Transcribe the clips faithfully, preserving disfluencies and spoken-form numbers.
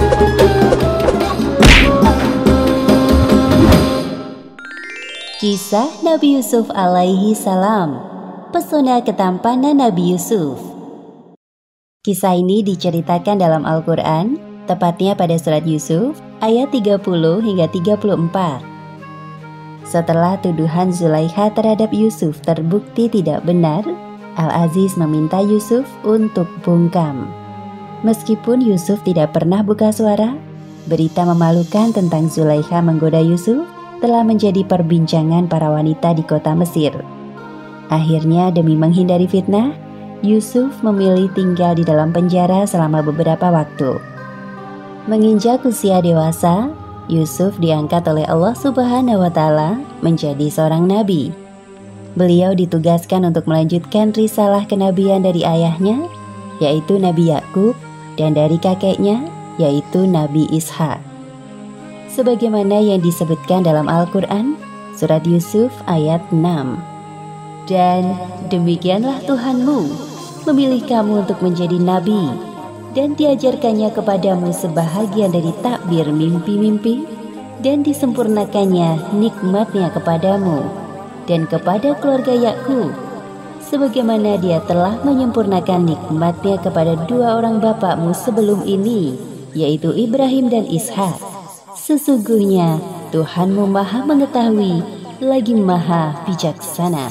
Kisah Nabi Yusuf alaihi salam. Pesona ketampanan Nabi Yusuf. Kisah ini diceritakan dalam Al-Quran, tepatnya pada surat Yusuf, ayat tiga puluh hingga tiga puluh empat. Setelah tuduhan Zulaikha terhadap Yusuf terbukti tidak benar, Al-Aziz meminta Yusuf untuk bungkam. Meskipun Yusuf tidak pernah buka suara, berita memalukan tentang Zulaikha menggoda Yusuf telah menjadi perbincangan para wanita di kota Mesir. Akhirnya demi menghindari fitnah, Yusuf memilih tinggal di dalam penjara selama beberapa waktu. Menginjak usia dewasa, Yusuf diangkat oleh Allah Subhanahu wa Ta'ala menjadi seorang nabi. Beliau ditugaskan untuk melanjutkan risalah kenabian dari ayahnya, yaitu Nabi Yakub, dan dari kakeknya, yaitu Nabi Ishak. Sebagaimana yang disebutkan dalam Al-Quran, surat Yusuf ayat enam. Dan demikianlah Tuhanmu memilih kamu untuk menjadi nabi, dan diajarkannya kepadamu sebahagian dari takbir mimpi-mimpi, dan disempurnakannya nikmatnya kepadamu dan kepada keluarga Yakub, sebagaimana dia telah menyempurnakan nikmatnya kepada dua orang bapakmu sebelum ini, yaitu Ibrahim dan Ishak. Sesungguhnya Tuhanmu maha mengetahui lagi maha bijaksana.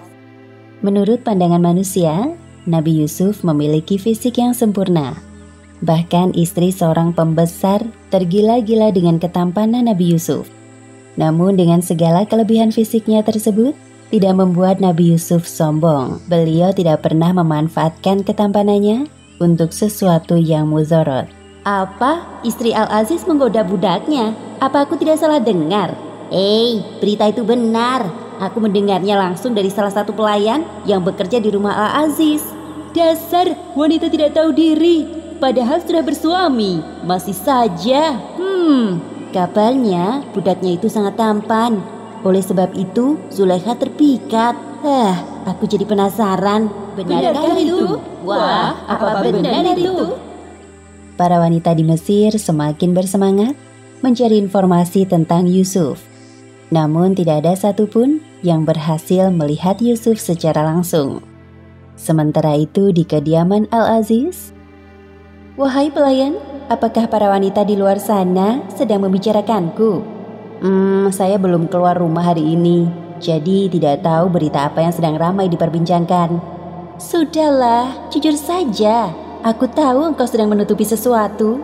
Menurut pandangan manusia, Nabi Yusuf memiliki fisik yang sempurna. Bahkan istri seorang pembesar tergila-gila dengan ketampanan Nabi Yusuf. Namun dengan segala kelebihan fisiknya tersebut, tidak membuat Nabi Yusuf sombong. Beliau tidak pernah memanfaatkan ketampanannya untuk sesuatu yang mudorot. Apa? Istri Al-Aziz menggoda budaknya? Apa aku tidak salah dengar? Eh, berita itu benar. Aku mendengarnya langsung dari salah satu pelayan yang bekerja di rumah Al-Aziz. Dasar wanita tidak tahu diri, padahal sudah bersuami. Masih saja. Hmm, kabarnya budaknya itu sangat tampan. Oleh sebab itu, Zulaikha terpikat. Hah, aku jadi penasaran. Benarkah itu? Wah, apa benar itu? Para wanita di Mesir semakin bersemangat mencari informasi tentang Yusuf. Namun tidak ada satupun yang berhasil melihat Yusuf secara langsung. Sementara itu di kediaman Al-Aziz, "Wahai pelayan, apakah para wanita di luar sana sedang membicarakanku? Hmm, saya belum keluar rumah hari ini, jadi tidak tahu berita apa yang sedang ramai diperbincangkan." "Sudahlah, jujur saja. Aku tahu engkau sedang menutupi sesuatu."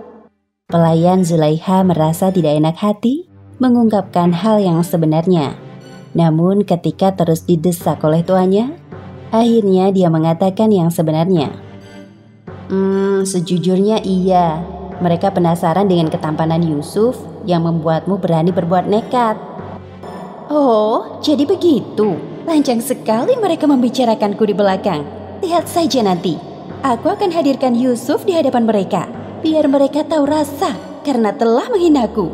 Pelayan Zulaikha merasa tidak enak hati mengungkapkan hal yang sebenarnya. Namun ketika terus didesak oleh tuannya, akhirnya dia mengatakan yang sebenarnya. Hmm, sejujurnya iya. Mereka penasaran dengan ketampanan Yusuf yang membuatmu berani berbuat nekat. Oh, jadi begitu. Lancang sekali mereka membicarakanku di belakang. Lihat saja nanti. Aku akan hadirkan Yusuf di hadapan mereka, biar mereka tahu rasa karena telah menghinaku.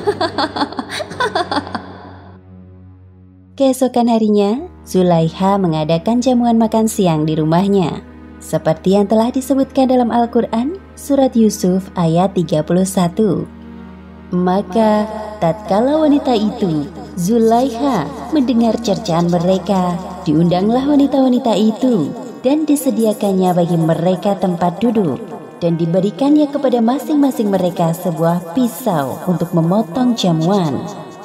Keesokan harinya, Zulaikha mengadakan jamuan makan siang di rumahnya. Seperti yang telah disebutkan dalam Al-Quran, surat Yusuf ayat tiga puluh satu. Maka tatkala wanita itu, Zulaikha, mendengar cercaan mereka, diundanglah wanita-wanita itu, dan disediakannya bagi mereka tempat duduk, dan diberikannya kepada masing-masing mereka sebuah pisau untuk memotong jamuan.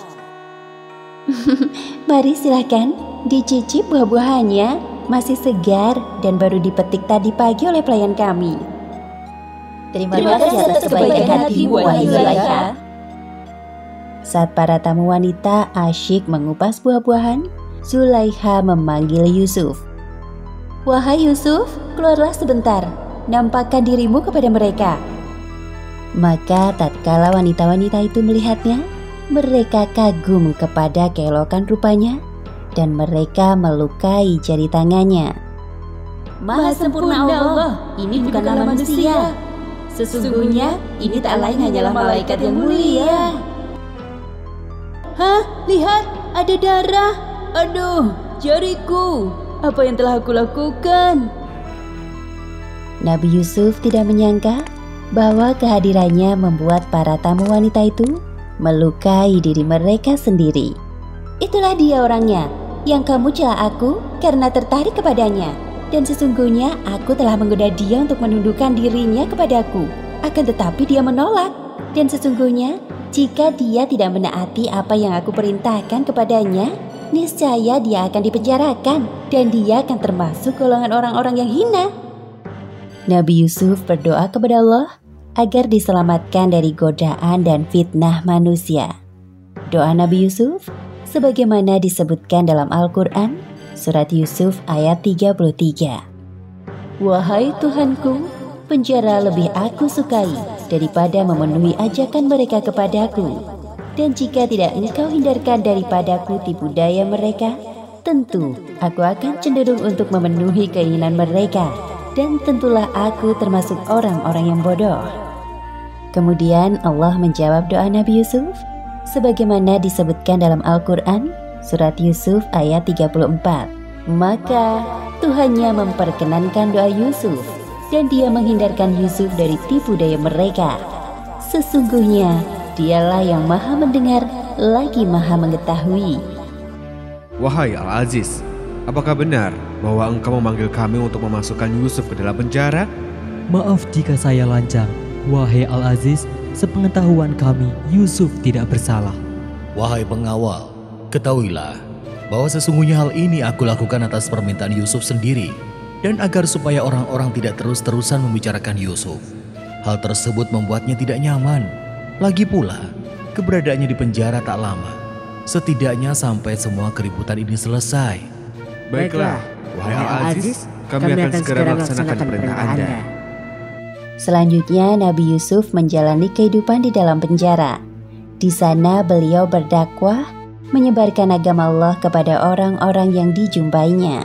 Mari silakan, dicicip buah-buahannya, masih segar dan baru dipetik tadi pagi oleh pelayan kami. Terima, Terima kasih atas kebaikan hatimu, wahai Zulaikha. Saat para tamu wanita asyik mengupas buah-buahan, Zulaikha memanggil Yusuf. Wahai Yusuf, keluarlah sebentar, nampakkan dirimu kepada mereka. Maka tatkala wanita-wanita itu melihatnya, mereka kagum kepada keelokan rupanya, dan mereka melukai jari tangannya. Maha sempurna Allah, ini bukanlah manusia. Sesungguhnya ini tak lain hanyalah malaikat yang mulia. Hah? Lihat, ada darah. Aduh, jariku. Apa yang telah aku lakukan? Nabi Yusuf tidak menyangka bahwa kehadirannya membuat para tamu wanita itu melukai diri mereka sendiri. Itulah dia orangnya yang kamu cela aku karena tertarik kepadanya. Dan sesungguhnya aku telah menggoda dia untuk menundukkan dirinya kepadaku. Akan tetapi dia menolak. Dan sesungguhnya jika dia tidak menaati apa yang aku perintahkan kepadanya, niscaya dia akan dipenjarakan dan dia akan termasuk golongan orang-orang yang hina. Nabi Yusuf berdoa kepada Allah agar diselamatkan dari godaan dan fitnah manusia. Doa Nabi Yusuf sebagaimana disebutkan dalam Al-Quran, surat Yusuf ayat tiga puluh tiga. Wahai Tuhanku, penjara lebih aku sukai daripada memenuhi ajakan mereka kepadaku. Dan jika tidak engkau hindarkan daripadaku tipu daya mereka, tentu aku akan cenderung untuk memenuhi keinginan mereka. Dan tentulah aku termasuk orang-orang yang bodoh. Kemudian Allah menjawab doa Nabi Yusuf sebagaimana disebutkan dalam Al-Quran, surat Yusuf ayat tiga puluh empat. Maka Tuhannya memperkenankan doa Yusuf dan dia menghindarkan Yusuf dari tipu daya mereka. Sesungguhnya dialah yang maha mendengar lagi maha mengetahui. Wahai Al-Aziz, apakah benar bahwa engkau memanggil kami untuk memasukkan Yusuf ke dalam penjara? Maaf jika saya lancang, wahai Al-Aziz, sepengetahuan kami Yusuf tidak bersalah. Wahai pengawal, ketahuilah bahwa sesungguhnya hal ini aku lakukan atas permintaan Yusuf sendiri dan agar supaya orang-orang tidak terus-terusan membicarakan Yusuf. Hal tersebut membuatnya tidak nyaman. Lagi pula, keberadaannya di penjara tak lama, setidaknya sampai semua keributan ini selesai. Baiklah, wahai Al-Aziz, kami akan segera melaksanakan perintah Anda. Selanjutnya Nabi Yusuf menjalani kehidupan di dalam penjara. Di sana beliau berdakwah, menyebarkan agama Allah kepada orang-orang yang dijumpainya.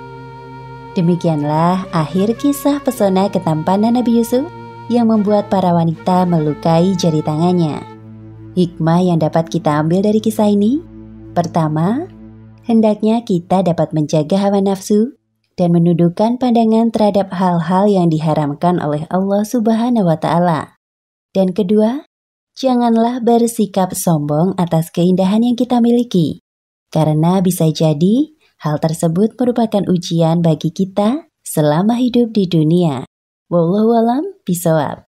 Demikianlah akhir kisah pesona ketampanan Nabi Yusuf yang membuat para wanita melukai jari tangannya. Hikmah yang dapat kita ambil dari kisah ini, pertama, hendaknya kita dapat menjaga hawa nafsu dan menundukkan pandangan terhadap hal-hal yang diharamkan oleh Allah Subhanahu wa Ta'ala. Dan kedua, janganlah bersikap sombong atas keindahan yang kita miliki, karena bisa jadi hal tersebut merupakan ujian bagi kita selama hidup di dunia. Wallahu a'lam bishawab.